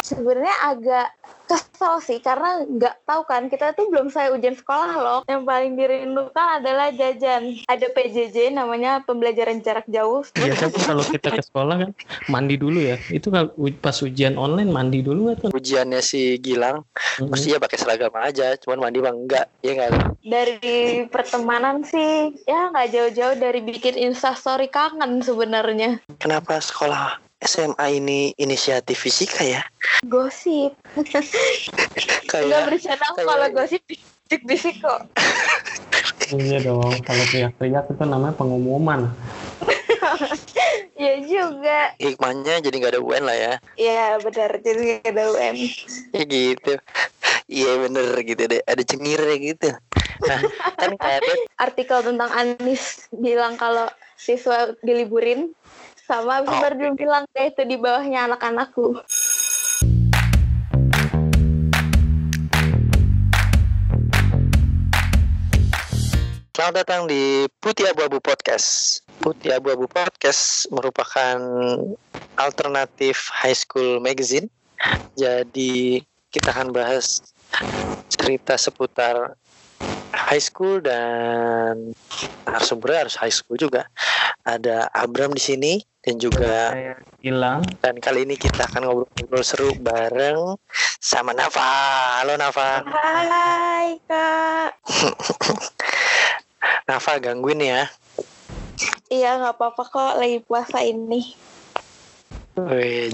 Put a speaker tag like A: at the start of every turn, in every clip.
A: Sebenarnya agak kesel sih karena nggak tahu kan, kita tuh belum selesai ujian sekolah loh. Yang paling dirindukan adalah jajan. Ada PJJ namanya pembelajaran jarak jauh.
B: Biasanya kan kalau kita ke sekolah kan mandi dulu ya. Itu kan pas ujian online mandi dulu kan.
C: Ujiannya si Gilang mesti ya pakai seragam aja, cuman mandi mah enggak, ya kan?
A: Dari pertemanan sih ya nggak jauh-jauh dari bikin instastory kangen sebenarnya.
C: Kenapa sekolah SMA ini inisiatif fisika ya?
A: Gosip. Nggak bercanda kalau gosip bisik kok.
B: Iya dong, kalau teriak-teriak itu namanya pengumuman.
A: Iya juga.
C: Hikmahnya jadi nggak ada UN lah ya.
A: Iya benar, jadi nggak ada UN.
C: Ya gitu. Iya bener gitu deh, ada cengirnya gitu. Nah, kan kayak
A: artikel tentang Anies bilang kalau siswa diliburin, sama baru bilang kayak itu di bawahnya anak-anakku.
C: Selamat datang di Putih Abu-Abu Podcast. Putih Abu-Abu Podcast merupakan alternatif high school magazine. Jadi kita akan bahas cerita seputar high school dan narasumbernya harus high school juga. Ada Abram di sini dan juga
B: Gilang.
C: Dan kali ini kita akan ngobrol-ngobrol seru bareng sama Nafa. Halo Nafa.
A: Hai Kak.
C: Nafa gangguin ya?
A: Iya nggak apa-apa kok, lagi puasa ini.
C: Wih,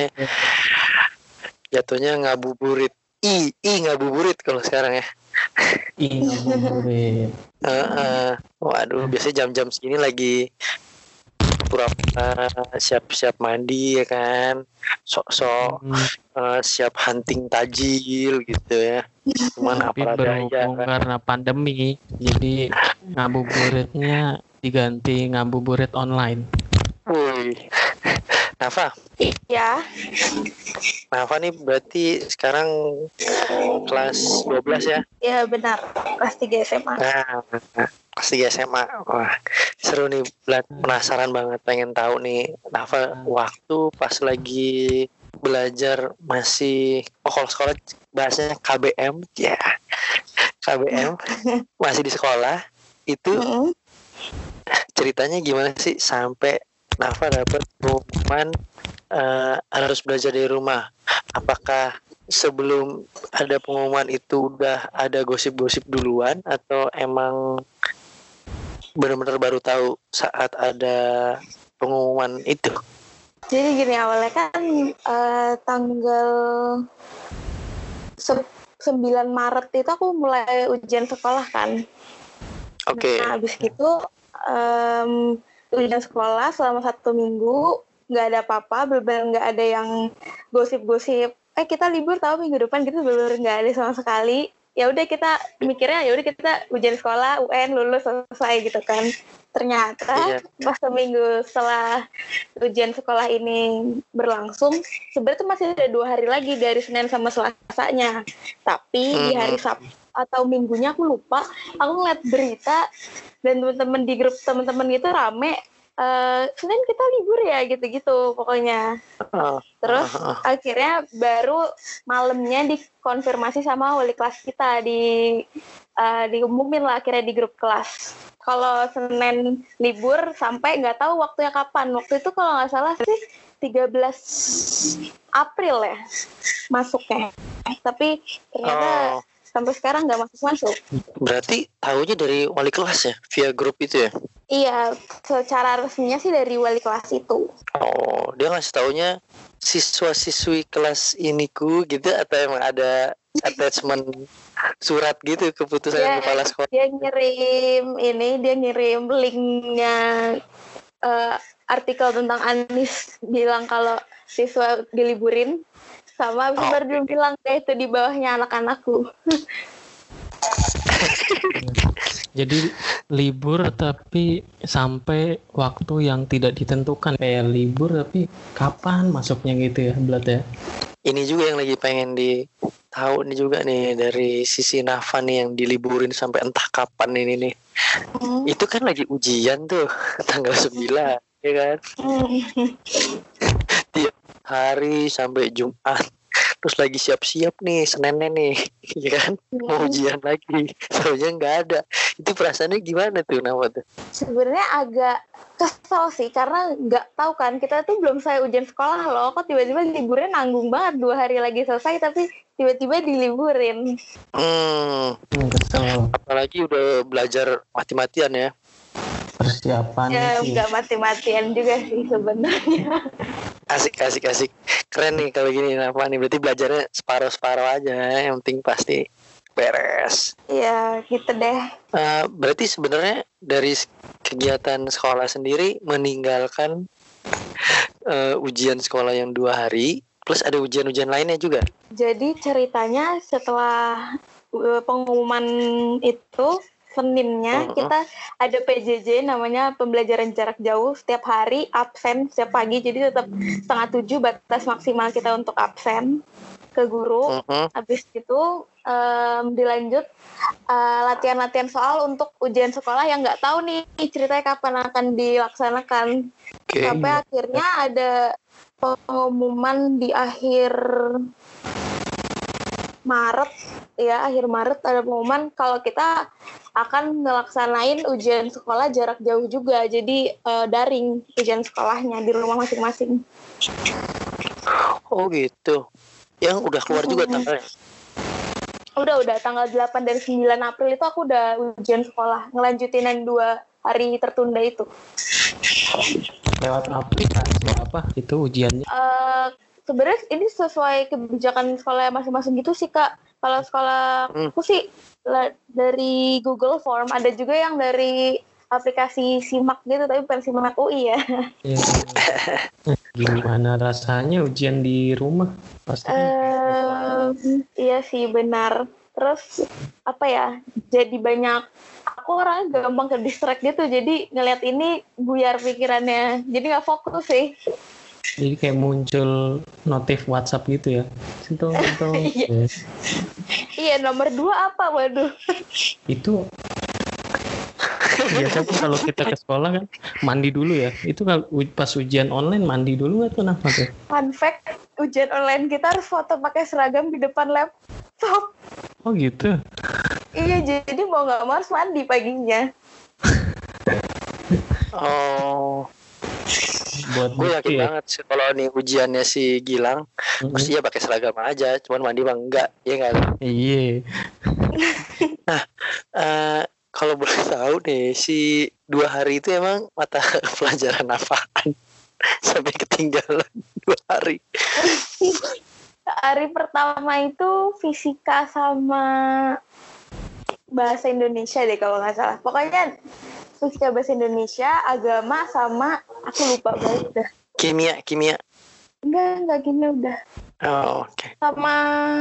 C: jatuhnya ngabuburit. Ngabuburit kalau sekarang ya.
B: Ngabuburit.
C: Waduh, biasanya jam-jam segini lagi pura-pura siap-siap mandi ya kan, sok-sok siap hunting tajil gitu ya. Cuman apa adanya
B: karena pandemi, jadi ngabuburitnya diganti ngabuburit online.
C: Woi, Nafa.
A: Ya.
C: Nafa nih berarti sekarang kelas 12 ya?
A: Iya benar, kelas 3 SMA.
C: Nah, kelas 3 SMA. Wah, seru nih, penasaran banget pengen tahu nih Nafa waktu pas lagi belajar masih kalau sekolah bahasanya KBM ya. KBM masih di sekolah itu ceritanya gimana sih sampai Nafa dapat pengumuman harus belajar dari rumah? Apakah sebelum ada pengumuman itu udah ada gosip-gosip duluan atau emang benar-benar baru tahu saat ada pengumuman itu?
A: Jadi gini, awalnya kan tanggal 9 Maret itu aku mulai ujian sekolah kan.
C: Oke.
A: Nah, habis itu ujian sekolah selama 1 minggu, nggak ada apa-apa, bener-bener nggak ada yang gosip-gosip. Kita libur tahu minggu depan gitu, bener-bener nggak ada sama sekali. Ya udah kita mikirnya kita ujian sekolah, UN lulus selesai gitu kan. Ternyata pas seminggu setelah ujian sekolah ini berlangsung, sebenarnya tuh masih ada 2 hari lagi dari Senin sama Selasanya. Tapi di hari Sabtu atau Minggunya aku lupa, aku ngeliat berita dan teman-teman di grup teman-teman gitu rame, Senin kita libur ya gitu-gitu pokoknya. Terus akhirnya baru malamnya dikonfirmasi sama wali kelas kita, diumumin lah akhirnya di grup kelas. Kalau Senin libur sampai nggak tahu waktunya kapan. Waktu itu kalau nggak salah sih 13 April ya masuknya. Tapi ternyata sampai sekarang nggak masuk.
C: Berarti tahunya dari wali kelas ya, via grup itu ya?
A: Iya, secara resminya sih dari wali kelas itu.
C: Oh, dia ngasih taunya siswa-siswi kelas iniku gitu atau emang ada attachment surat gitu keputusan kepala sekolah?
A: Dia ngirim linknya artikel tentang Anies bilang kalau siswa diliburin, sama baru bilang kayak itu di bawahnya anak-anakku.
B: Jadi libur tapi sampai waktu yang tidak ditentukan. Kayak libur tapi kapan masuknya gitu ya, Blat ya.
C: Ini juga yang lagi pengen tahu nih juga nih dari sisi Nafa nih yang diliburin sampai entah kapan ini nih. Itu kan lagi ujian tuh tanggal 9 ya kan. Tiap hari sampai Jumat terus lagi siap-siap nih Seninnya nih, ya kan, mau ujian lagi, soalnya nggak ada. Itu perasaannya gimana tuh, nama tuh?
A: Sebenarnya agak kesel sih karena nggak tahu kan, kita tuh belum selesai ujian sekolah loh, kok tiba-tiba liburnya nanggung banget 2 hari lagi selesai tapi tiba-tiba diliburin.
B: Kesel.
C: Apalagi udah belajar mati-matian ya.
B: Persiapan
A: Ya
B: sih.
A: nggak mati-matian juga sih sebenarnya.
C: Asik. Keren nih kalau gini, apa nih? Berarti belajarnya separuh-separuh aja. Yang penting pasti beres.
A: Iya gitu deh.
C: Berarti sebenarnya dari kegiatan sekolah sendiri meninggalkan ujian sekolah yang 2 hari, plus ada ujian-ujian lainnya juga.
A: Jadi ceritanya setelah pengumuman itu Seninnya kita ada PJJ namanya pembelajaran jarak jauh, setiap hari absen setiap pagi, jadi tetap 6:30 batas maksimal kita untuk absen ke guru. Habis itu dilanjut latihan-latihan soal untuk ujian sekolah yang nggak tahu nih ceritanya kapan akan dilaksanakan. Sampai akhirnya ada pengumuman di akhir Maret ada pengumuman kalau kita akan ngelaksanain ujian sekolah jarak jauh juga, jadi daring ujian sekolahnya di rumah masing-masing.
C: Oh gitu. Yang udah keluar juga tanggalnya?
A: Udah tanggal 8 dan 9 April itu aku udah ujian sekolah, ngelanjutin yang 2 hari tertunda itu.
B: Lewat aplikasi apa itu ujiannya?
A: Sebenarnya ini sesuai kebijakan sekolah masing-masing gitu sih Kak. Kalau sekolah aku sih dari Google Form, ada juga yang dari aplikasi Simak gitu, tapi bukan Simak UI ya.
B: Gimana rasanya ujian di rumah? Pasti.
A: Iya sih benar. Terus apa ya? Jadi banyak, aku orangnya gampang ke distract gitu, jadi ngeliat ini buyar pikirannya, jadi nggak fokus sih.
B: Jadi kayak muncul notif WhatsApp gitu ya. Sentuh.
A: Iya, nomor 2 apa? Waduh.
B: Itu biasa pun kalau kita ke sekolah kan mandi dulu ya. Itu kalau pas ujian online mandi dulu atau kenapa tuh?
A: Fun fact, ujian online kita harus foto pakai seragam di depan laptop.
B: Oh gitu.
A: Iya, jadi mau nggak mau harus mandi paginya.
C: Oh.
B: Buat
C: gue yakin banget sih kalau nih ujiannya si Gilang pasti ya pakai seragam aja, cuman mandi mah enggak, ya nggak?
B: Iya.
C: Nah, kalau boleh tahu nih, si 2 hari itu emang mata pelajaran apaan sampai ketinggalan 2 hari?
A: Hari pertama itu fisika sama bahasa Indonesia deh kalau nggak salah. Pokoknya fisika, bahasa Indonesia, agama, sama aku lupa banget dah.
C: Kimia.
A: Enggak kimia udah.
C: Oh, oke.
A: Sama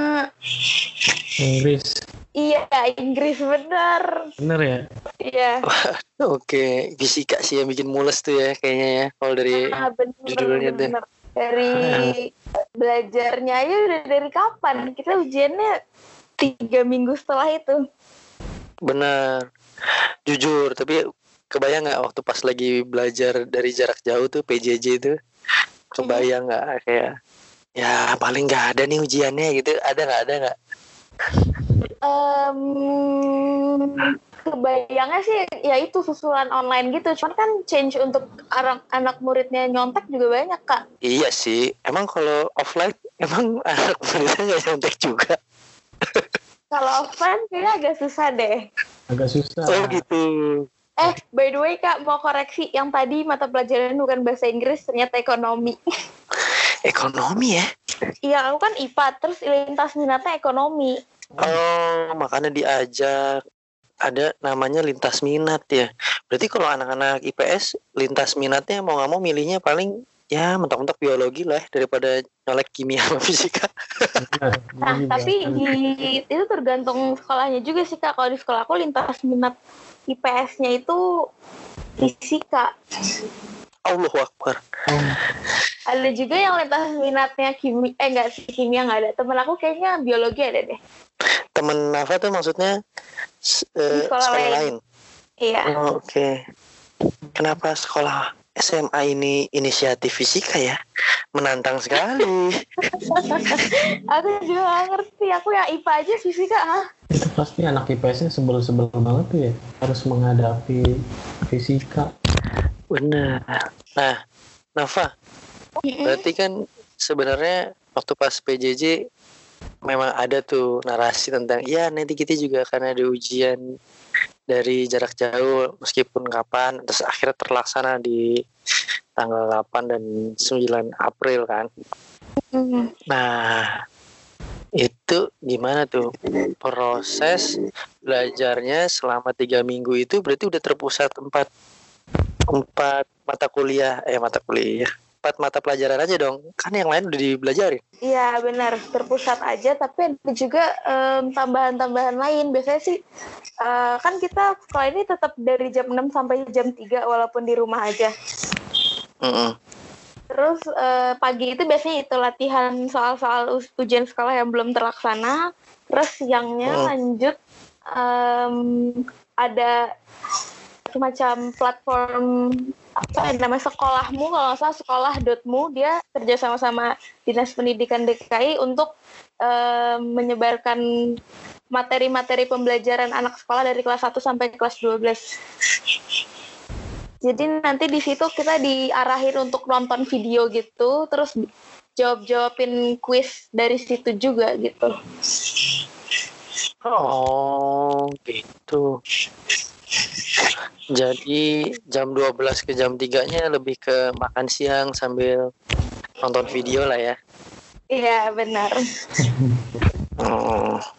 B: Inggris.
A: Iya, Inggris bener ya? Iya.
C: Oke. Fisika sih yang bikin mules tuh ya kayaknya ya, kalau dari judulnya tuh.
A: Dari belajarnya aja udah dari kapan? Kita ujiannya 3 minggu setelah itu.
C: Benar. Jujur, tapi kebayang nggak waktu pas lagi belajar dari jarak jauh tuh PJJ itu, kebayang nggak kayak ya paling nggak ada nih ujiannya gitu, ada nggak?
A: Kebayangnya sih ya itu susulan online gitu, cuman kan change untuk anak muridnya nyontek juga banyak Kak.
C: Iya sih, emang kalau offline emang anak muridnya nggak nyontek juga.
A: Kalau offline kayaknya agak susah deh.
B: Agak susah.
C: Oh gitu.
A: By the way Kak, mau koreksi, yang tadi mata pelajaran bukan bahasa Inggris, ternyata ekonomi.
C: Ekonomi ya?
A: Iya, aku kan IPA, terus lintas minatnya ekonomi.
C: Oh, makanya diajak. Ada namanya lintas minat ya. Berarti kalau anak-anak IPS, lintas minatnya mau nggak mau milihnya paling ya mentok-mentok biologi lah daripada nyolek kimia sama fisika.
A: Nah, tapi itu tergantung sekolahnya juga sih Kak. Kalau di sekolah aku lintas minat IPS-nya itu fisika.
C: Allahu Akbar.
A: Ada juga yang lintas minatnya kimia nggak ada. Temen aku kayaknya biologi ada deh.
C: Temen Nafa tuh maksudnya sekolah lain?
A: Iya.
C: Oh, oke. Kenapa sekolah SMA ini inisiatif fisika ya? Menantang sekali.
A: Aku juga gak ngerti. Aku yang IPA aja fisika.
B: Itu pasti anak IPS-nya sebel-sebel banget tuh ya. Harus menghadapi fisika.
C: Benar. Nah, Nafa, berarti kan sebenarnya waktu pas PJJ memang ada tuh narasi tentang ya nanti kita juga akan ada ujian dari jarak jauh meskipun kapan, terus akhirnya terlaksana di tanggal 8 dan 9 April kan. Nah, itu gimana tuh proses belajarnya selama 3 minggu itu? Berarti udah terpusat 4 mata kuliah, 4 mata pelajaran aja dong, kan yang lain udah dibelajarin.
A: Iya benar, terpusat aja, tapi ada juga tambahan-tambahan lain. Biasanya sih kan kita sekolah ini tetap dari jam 6 sampai jam 3 walaupun di rumah aja. Terus pagi itu biasanya itu latihan soal-soal ujian sekolah yang belum terlaksana. Terus siangnya lanjut ada semacam platform apa yang namanya sekolahmu, kalau nggak salah sekolah.mu, dia kerja sama Dinas Pendidikan DKI untuk menyebarkan materi-materi pembelajaran anak sekolah dari kelas 1 sampai kelas 12. Jadi nanti di situ kita diarahin untuk nonton video gitu, terus jawab-jawabin kuis dari situ juga gitu.
C: Oh, gitu. Jadi jam 12 ke jam 3-nya lebih ke makan siang sambil nonton video lah ya.
A: Iya, benar.
C: Oh.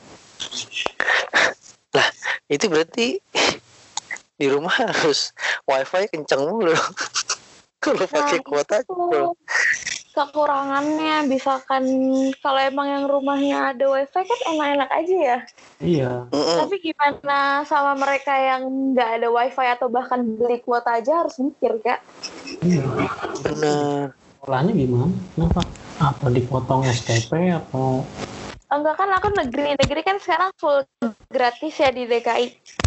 C: Lah, itu berarti di rumah harus wifi kencang mulu. Kalau pakai kuota
A: itu kekurangannya, misalkan kalau emang yang rumahnya ada wifi kan enak-enak aja ya.
B: Iya.
A: Tapi gimana sama mereka yang nggak ada wifi atau bahkan beli kuota aja, harus mikir Kak.
B: Iya.
C: Benar.
B: Sekolahnya gimana? Kenapa? Apa dipotong SPP atau?
A: Enggak, kan aku negeri kan sekarang full gratis ya di DKI.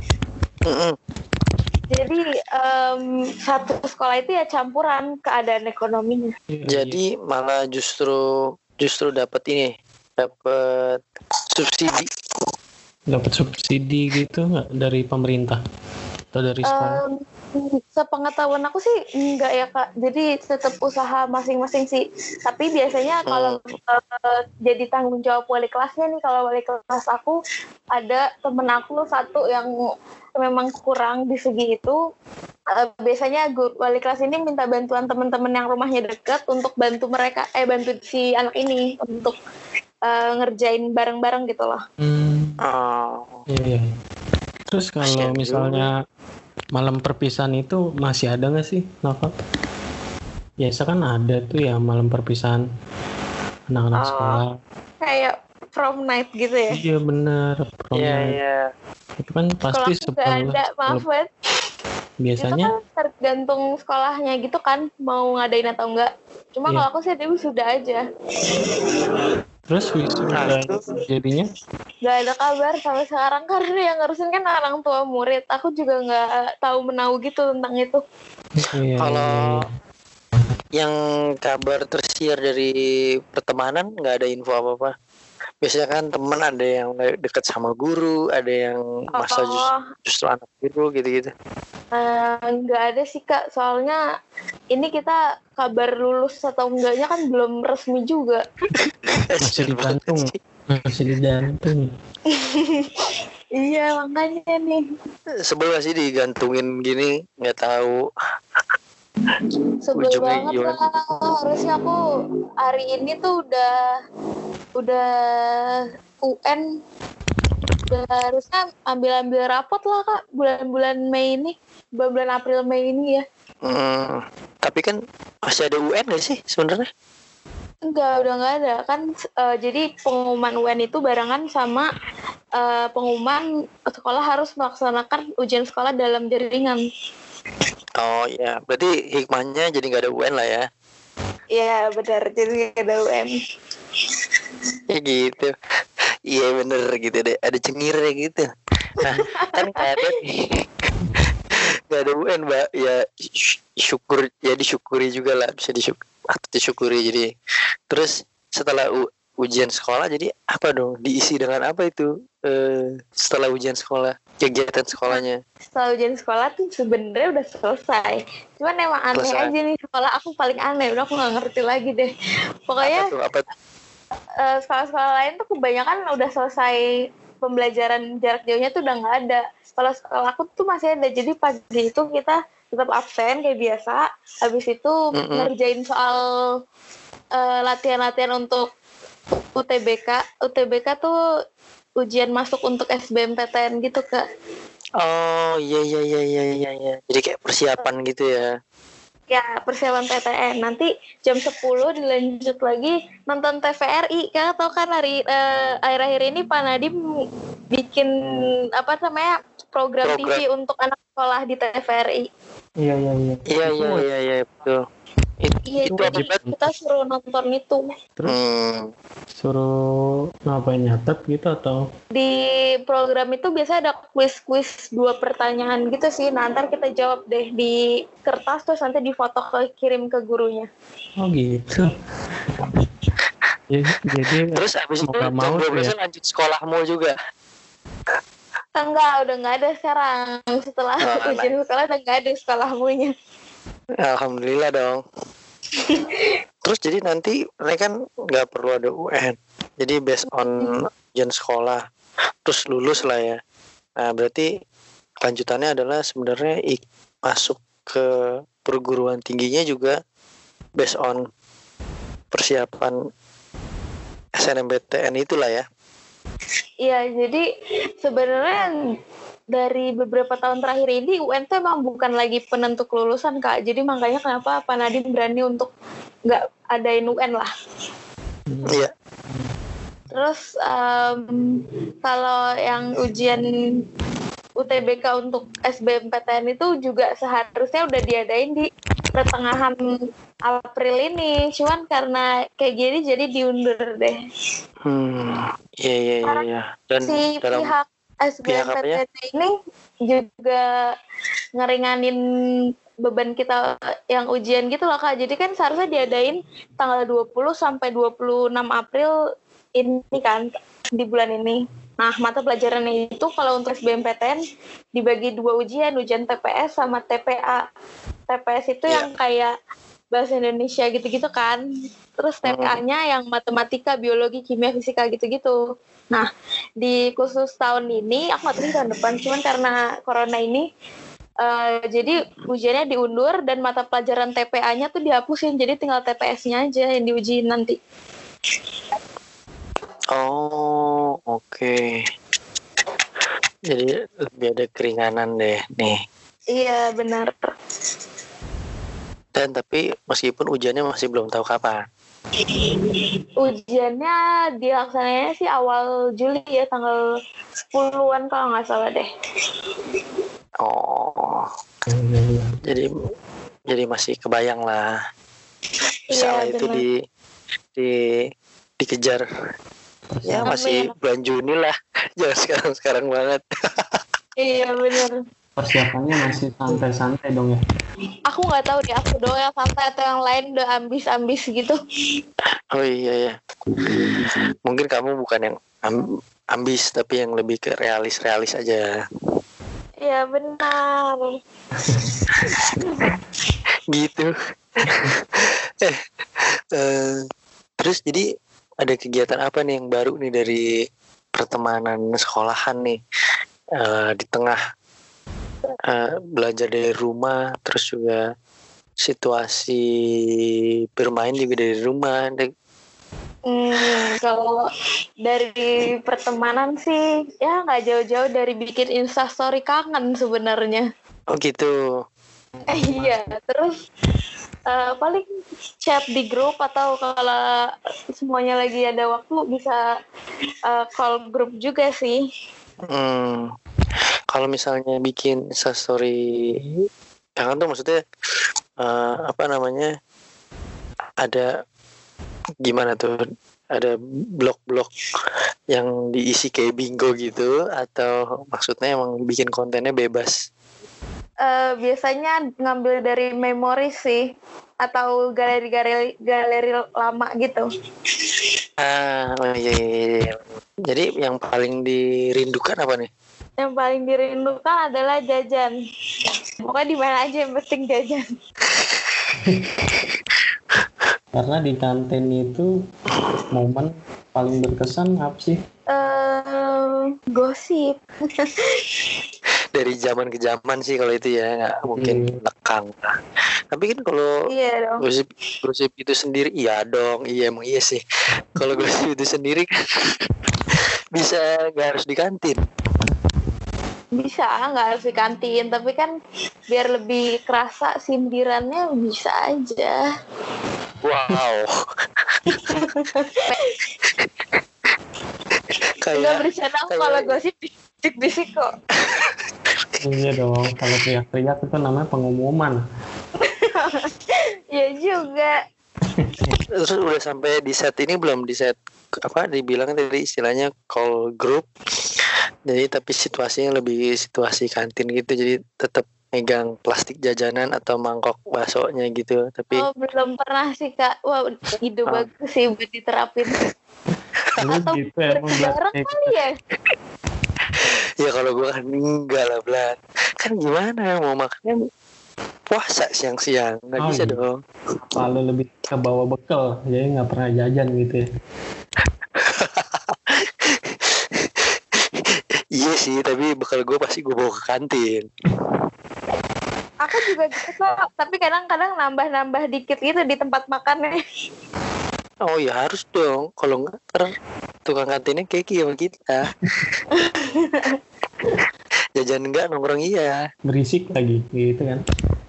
A: Jadi satu sekolah itu ya campuran keadaan ekonominya.
C: Jadi malah justru dapat subsidi.
B: Dapat subsidi gitu nggak dari pemerintah atau dari sekolah?
A: Sepengetahuan aku sih enggak ya Kak. Jadi tetap usaha masing-masing sih. Tapi biasanya kalau jadi tanggung jawab wali kelasnya nih, kalau wali kelas aku ada temen aku satu yang memang kurang di segi itu. Biasanya wali kelas ini minta bantuan teman-teman yang rumahnya dekat untuk bantu bantu si anak ini untuk ngerjain bareng-bareng gitu loh.
B: Iya. Terus kalau misalnya malam perpisahan itu masih ada nggak sih, Nafa? Biasa kan ada tuh ya malam perpisahan anak-anak sekolah.
A: Kayak prom night gitu ya?
B: Iya benar, prom night.
C: Iya.
B: Itu kan pasti
A: sekolah nggak ada, maaf banget.
B: Biasanya
A: itu kan tergantung sekolahnya gitu kan, mau ngadain atau enggak. Cuma kalau aku sih dulu sudah aja.
B: Terus wisuda jadinya?
A: Gak ada kabar sampai sekarang karena yang ngurusin kan orang tua murid. Aku juga nggak tahu menau gitu tentang itu.
C: Kalau yang kabar tersiar dari pertemanan nggak ada info apa-apa. Biasanya kan teman ada yang dekat sama guru, ada yang masa justru anak guru gitu-gitu.
A: Nggak ada sih Kak, soalnya ini kita kabar lulus atau enggaknya kan belum resmi juga.
B: Masih digantung.
A: Iya makanya nih.
C: Sebel sih digantungin gini, nggak tahu.
A: Sebel banget lah. Harusnya aku hari ini tuh udah UN, udah harusnya ambil rapot lah Kak, bulan-bulan Mei ini, bulan April Mei ini ya.
C: Tapi kan masih ada UN nggak sih sebenarnya?
A: Enggak, udah nggak ada kan. Jadi pengumuman UN itu barengan sama pengumuman sekolah harus melaksanakan ujian sekolah dalam jaringan.
C: Oh ya, berarti hikmahnya jadi nggak ada UN lah ya?
A: Iya benar, jadi nggak ada UN.
C: Ya gitu. Iya bener gitu deh, ada cengirnya gitu. Nah kan nggak ada UN Mbak, ya syukur, ya disyukuri juga lah, bisa disyukuri. Jadi terus setelah ujian sekolah, jadi apa dong, diisi dengan apa itu setelah ujian sekolah, kegiatan sekolahnya?
A: Setelah ujian sekolah tuh sebenarnya udah selesai, cuman emang aneh aja nih sekolah aku, paling aneh, udah aku nggak ngerti lagi deh pokoknya.
C: Apa tuh?
A: Sekolah-sekolah lain tuh kebanyakan udah selesai pembelajaran jarak jauhnya tuh udah nggak ada. Kalau sekolah aku tuh masih ada, jadi pagi itu kita tetap absen kayak biasa, habis itu ngerjain soal latihan-latihan untuk UTBK tuh ujian masuk untuk SBMPTN gitu Kak.
C: Oh iya, jadi kayak persiapan gitu ya.
A: Ya, persiapan PTN. Nanti jam 10 dilanjut lagi nonton TVRI. Kakak tau kan akhir-akhir ini Pak Nadiem bikin program TV untuk anak sekolah di TVRI.
B: Iya,
C: betul.
A: Itu kita suruh nonton itu.
B: Terus suruh ngapain, nyatet gitu atau?
A: Di program itu biasa ada kuis 2 pertanyaan gitu sih. Nah, ntar kita jawab deh di kertas, terus nanti difoto kirim ke gurunya.
B: Oh gitu. Jadi
C: terus abis itu jam 12 lanjut sekolahmu juga?
A: Enggak, udah nggak ada sekarang. Setelah ujian sekolah udah nggak ada sekolahmunya.
C: Alhamdulillah dong. Terus jadi nanti mereka kan nggak perlu ada UN, jadi based on ujian sekolah, terus lulus lah ya. Nah berarti kelanjutannya adalah sebenarnya masuk ke perguruan tingginya juga based on persiapan SNMPTN itulah ya.
A: Iya, jadi sebenarnya dari beberapa tahun terakhir ini UN tuh emang bukan lagi penentu kelulusan Kak. Jadi makanya kenapa Pak Nadiem berani untuk nggak adain UN lah.
C: Iya.
A: Terus kalau yang ujian UTBK untuk SBMPTN itu juga seharusnya udah diadain di pertengahan April ini. Cuman karena kayak gini jadi diundur deh.
C: Iya. Dan
A: si pihak SBMPTN ini juga ngeringanin beban kita yang ujian gitu loh Kak. Jadi kan seharusnya diadain tanggal 20 sampai 26 April ini kan, di bulan ini. Nah, mata pelajaran itu kalau untuk SBMPTN dibagi 2 ujian TPS sama TPA. TPS itu yang kayak bahasa Indonesia gitu-gitu kan. Terus TPA-nya yang matematika, biologi, kimia, fisika gitu-gitu. Nah, di khusus tahun ini, aku nggak tahu tahun depan, cuman karena corona ini, jadi ujiannya diundur dan mata pelajaran TPA-nya tuh dihapusin, jadi tinggal TPS-nya aja yang diujiin nanti.
C: Oh, oke. Jadi lebih ada keringanan deh nih.
A: Iya, benar.
C: Dan tapi meskipun ujiannya masih belum tahu kapan.
A: Ujiannya dilaksananya sih awal Juli ya, tanggal 10-an kalau nggak salah deh.
C: Oh. Jadi masih kebayang lah. Misalnya itu dikejar. Ya masih bulan Juni lah. Jangan sekarang banget.
A: Iya benar.
B: Persiapannya masih santai-santai dong ya.
A: Aku nggak tahu deh, aku doang yang santai atau yang lain udah ambis gitu.
C: Oh iya. Mungkin kamu bukan yang ambis, tapi yang lebih ke realis aja.
A: Iya benar.
C: Gitu. Terus jadi ada kegiatan apa nih yang baru nih dari pertemanan sekolahan nih, di tengah belajar dari rumah, terus juga situasi bermain juga dari rumah.
A: Kalau dari pertemanan sih ya nggak jauh-jauh dari bikin instastory kangen sebenarnya.
C: Oh gitu.
A: Iya, terus paling chat di grup, atau kalau semuanya lagi ada waktu bisa call grup juga sih.
C: Kalau misalnya bikin instastory kangen tuh maksudnya ada gimana tuh? Ada blog-blog yang diisi kayak bingo gitu, atau maksudnya emang bikin kontennya bebas?
A: biasanya ngambil dari memori sih, atau galeri lama gitu.
C: Oh iya. Jadi yang paling dirindukan apa nih?
A: Yang paling dirindukan adalah jajan. Pokoknya di mana aja yang penting jajan.
B: Karena di kantin itu momen paling berkesan apa sih?
A: Gosip.
C: Dari zaman ke zaman sih kalau itu ya, nggak mungkin lekang. Tapi kan kalau
A: Iya dong.
C: gosip itu sendiri, iya dong, iya emang iya sih. Kalau gosip itu sendiri kan bisa nggak harus di kantin.
A: Bisa, nggak harus di kantin, tapi kan biar lebih kerasa sindirannya bisa aja.
C: Wow.
A: Nggak bercanda kalau gosip bisik-bisik kok.
B: Iya dong, kalau teriak-teriak itu namanya pengumuman.
A: Ya juga.
C: Terus udah sampai di set ini belum, di set apa dibilang tadi istilahnya call group. Jadi tapi situasinya lebih situasi kantin gitu, jadi tetap megang plastik jajanan atau mangkok baksonya gitu. Tapi
A: belum pernah sih Kak. Wah, ide bagus sih buat diterapin. Atau
B: gitu emang
A: bareng kali ya?
C: ya kalau gue kan enggak lah Blan. Kan gimana mau makannya puasa siang-siang, nggak bisa
B: iya.
C: dong.
B: Kalau lebih ke bawa bekal, jadi nggak pernah jajan gitu ya.
C: Iya sih, tapi bekal gue pasti gue bawa ke kantin.
A: Aku juga gitu kok, tapi kadang-kadang nambah-nambah dikit gitu di tempat makannya.
C: Oh ya harus dong, kalau nggak tukang kantinnya keki sama kita. Jajan enggak, nongkrong iya.
B: Berisik lagi gitu kan.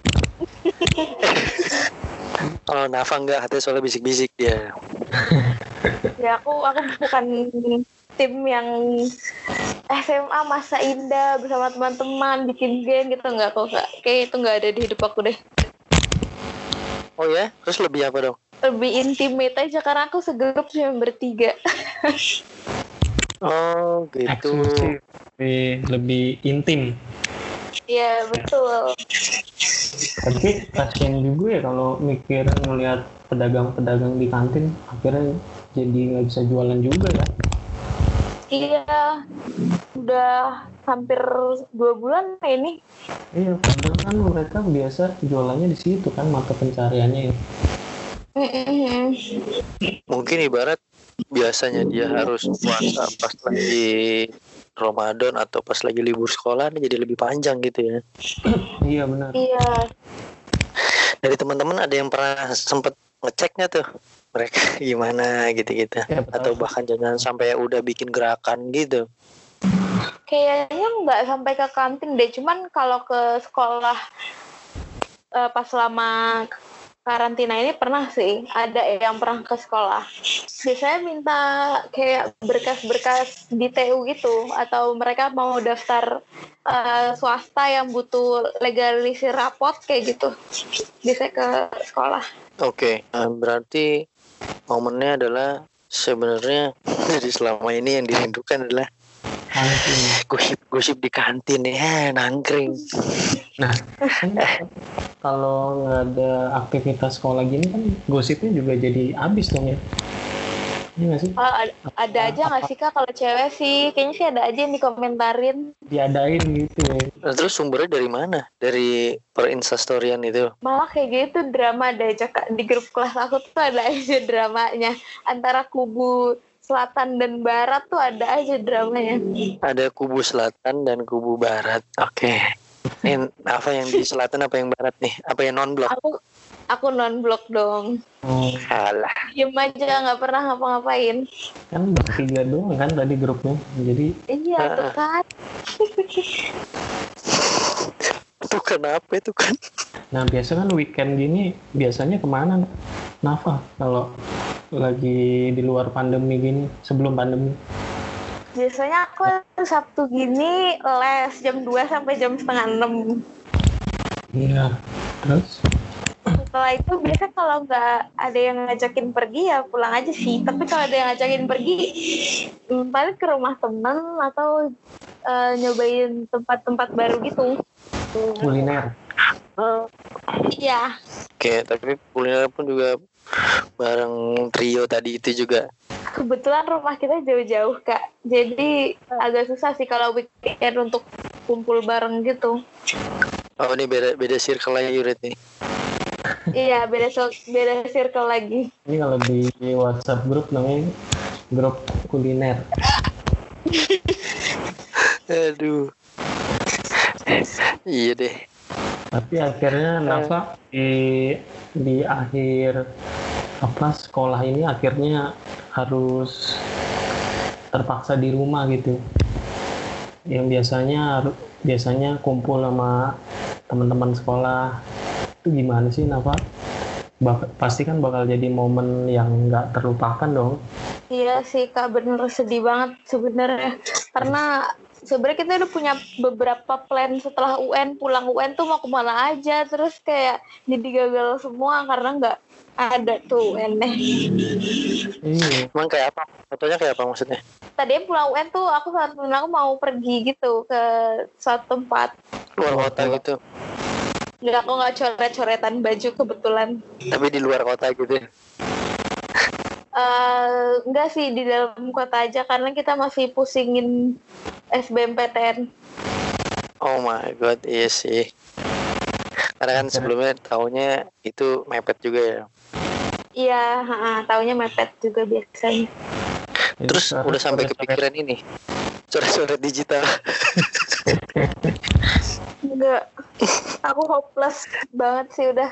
C: Kalau Nafa enggak, katanya soalnya bisik-bisik dia.
A: Ya aku bukan tim yang SMA masa indah bersama teman-teman bikin geng gitu, enggak kok Kak. Kayak itu enggak ada di hidup aku deh.
C: Oh ya, terus lebih apa dong?
A: Lebih intimate aja karena aku segrup cuma bertiga.
C: Oh gitu.
B: Eksklusif, lebih intim.
A: Iya betul.
B: Tapi kasian juga ya kalau mikir ngelihat pedagang-pedagang di kantin akhirnya jadi nggak bisa jualan juga ya.
A: Iya, udah hampir 2 bulan ini.
B: Iya, padahal kan mereka biasa jualannya di situ kan, mata pencariannya ya.
C: Mungkin ibarat biasanya dia harus puasa pas lagi Ramadan atau pas lagi libur sekolah, jadi lebih panjang gitu ya.
B: Iya benar.
A: Iya.
C: Dari teman-teman ada yang pernah sempet ngeceknya tuh mereka gimana gitu-gitu
B: Ya,
C: atau bahkan jangan sampai udah bikin gerakan gitu.
A: Kayaknya nggak sampai ke kantin deh, cuman kalau ke sekolah pas lama karantina ini pernah sih, ada yang pernah ke sekolah. Biasanya minta kayak berkas-berkas di TU gitu, atau mereka mau daftar swasta yang butuh legalisir rapot kayak gitu. Biasanya ke sekolah.
C: Oke, berarti momennya adalah sebenarnya jadi selama ini yang dirindukan adalah gosip di kantin ya, nangkring.
B: Nah, kalau nggak ada aktivitas sekolah gini kan gosipnya juga jadi habis dong ya. Iya nggak sih?
A: Ada aja nggak sih Kak kalau cewek sih? Kayaknya sih ada aja yang dikomentarin.
B: Diadain gitu ya.
C: Nah, terus sumbernya dari mana? Dari per instastoryan itu?
A: Malah kayak gitu drama ada aja Kak. Di grup kelas aku tuh ada aja dramanya. Antara kubu selatan dan barat tuh ada aja dramanya.
C: Ada kubu selatan dan kubu barat. Oke. Ini apa yang di selatan, apa yang barat nih? Apa yang non-blok?
A: Aku non-blok dong.
C: Alah.
A: Diem aja nggak pernah ngapa-ngapain.
B: Kan bertiga doang kan tadi grupnya. Jadi
A: Iya tuh kan.
C: Itu kenapa itu kan?
B: nah biasa kan weekend gini biasanya kemana Nafa kalau lagi di luar pandemi gini, sebelum pandemi?
A: Biasanya aku Sabtu gini les jam 2 sampai jam 5:30.
B: Iya. Terus?
A: Setelah itu biasa kalau nggak ada yang ngajakin pergi ya pulang aja sih. Tapi kalau ada yang ngajakin pergi, paling ke rumah teman atau nyobain tempat-tempat baru gitu.
B: kuliner.
A: Iya.
C: Oke, tapi kuliner pun juga bareng trio tadi itu juga.
A: Kebetulan rumah kita jauh-jauh, Kak. Jadi agak susah sih kalau weekend untuk kumpul bareng gitu.
C: Oh, ini beda circle lagi berarti.
A: Iya, beda circle lagi.
B: Ini kalau di WhatsApp grup namanya grup kuliner.
C: Aduh. Iya deh.
B: Tapi akhirnya Nafa di akhir sekolah ini akhirnya harus terpaksa di rumah gitu. Yang biasanya kumpul sama teman-teman sekolah. Itu gimana sih Nafa? Pasti kan bakal jadi momen yang nggak terlupakan dong.
A: Iya sih Kak, bener sedih banget sebenarnya. Karena sebenarnya kita udah punya beberapa plan setelah UN, pulang UN tuh mau kemana aja, terus kayak jadi gagal semua karena nggak ada tuh UN-nya.
C: Emang kayak apa? Fotonya kayak apa maksudnya?
A: Tadinya pulang UN tuh aku sama temen aku mau pergi gitu ke suatu tempat.
C: Luar kota gitu?
A: Nggak, aku nggak coret-coretan baju kebetulan.
C: Tapi di luar kota gitu ya?
A: Enggak sih, di dalam kota aja karena kita masih pusingin SBMPTN.
C: Oh my god, iya sih. Karena kan sebelumnya tahunnya itu mepet juga ya.
A: Iya, tahunnya mepet juga biasanya.
C: Terus udah sampai kepikiran ini coret-coret digital.
A: Enggak, aku hopeless banget sih udah.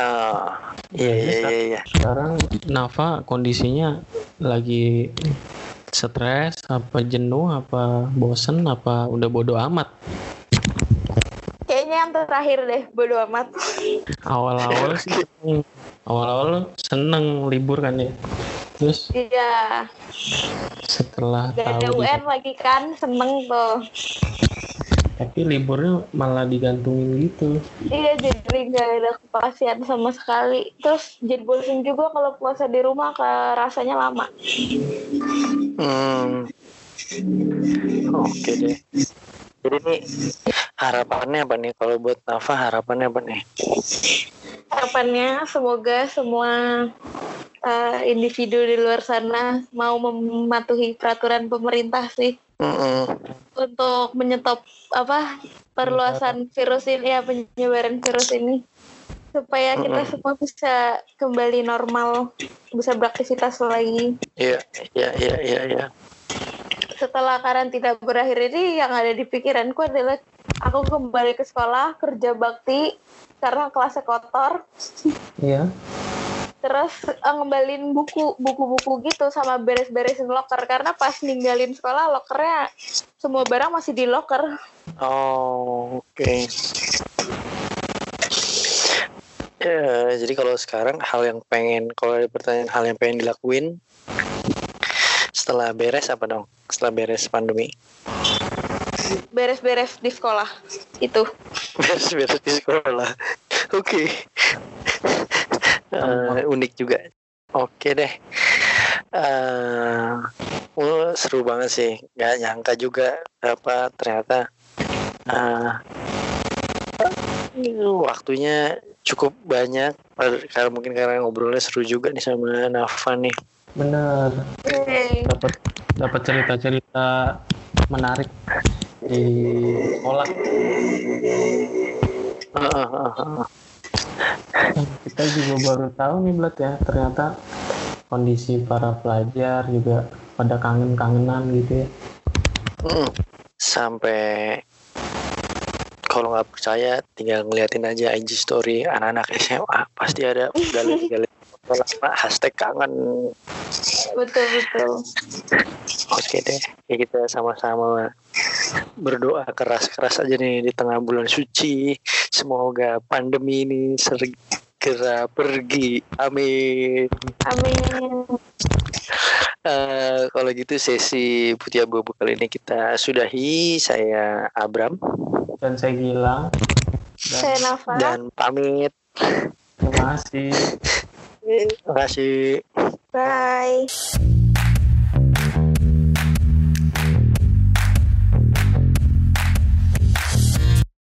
C: Iya.
B: Sekarang Nafa kondisinya lagi stres, apa jenuh, apa bosen, apa udah bodo amat?
A: Kayaknya yang terakhir deh, bodo amat.
B: Awal-awal sih, awal-awal seneng libur kan ya. Terus
A: iya,
B: setelah
A: gak ada
B: tahu
A: UN lagi kan, seneng tuh.
B: Tapi liburnya malah digantungin gitu.
A: Iya, jadi gak ada kepastian sama sekali. Terus jadi bosan juga kalau puasa di rumah, rasanya lama.
C: Oke deh. Jadi nih harapannya apa nih? Kalau buat Nafa harapannya apa nih?
A: Harapannya semoga semua individu di luar sana mau mematuhi peraturan pemerintah sih. Untuk menyetop perluasan virus ini ya, penyebaran virus ini, supaya kita semua bisa kembali normal, bisa beraktivitas lagi.
C: Iya.
A: Setelah karantina berakhir ini, yang ada di pikiranku adalah aku kembali ke sekolah, kerja bakti karena kelasnya kotor.
B: Iya.
A: Terus ngembalin buku-buku gitu sama beres-beresin loker, karena pas ninggalin sekolah lokernya semua barang masih di loker.
C: Oh, oke. Ya, jadi kalau sekarang kalau ada pertanyaan hal yang pengen dilakuin setelah beres apa dong? Setelah beres pandemi?
A: Beres-beres di sekolah itu.
C: Beres-beres di sekolah. Oke. Unik juga. Oke deh. Seru banget sih. Gak nyangka juga ternyata waktunya cukup banyak. Karena ngobrolnya seru juga nih sama Nafa nih.
B: Bener. Dapat cerita-cerita menarik di sekolah. Kita juga baru tahu nih Blat ya, ternyata kondisi para pelajar juga pada kangen-kangenan gitu ya.
C: Sampai kalau nggak percaya tinggal ngeliatin aja IG story anak-anak SMA, pasti ada galeri lama hashtag kangen.
A: Betul.
C: Oke deh, ya kita sama-sama berdoa keras-keras aja nih di tengah bulan suci. Semoga pandemi ini segera pergi. Amin. Kalau gitu sesi Putih Abu-Abu kali ini kita sudahi. Saya Abram.
B: Dan saya Gilang.
A: Saya Nafa.
C: Dan pamit.
B: Terima kasih.
C: Terima kasih.
A: Bye.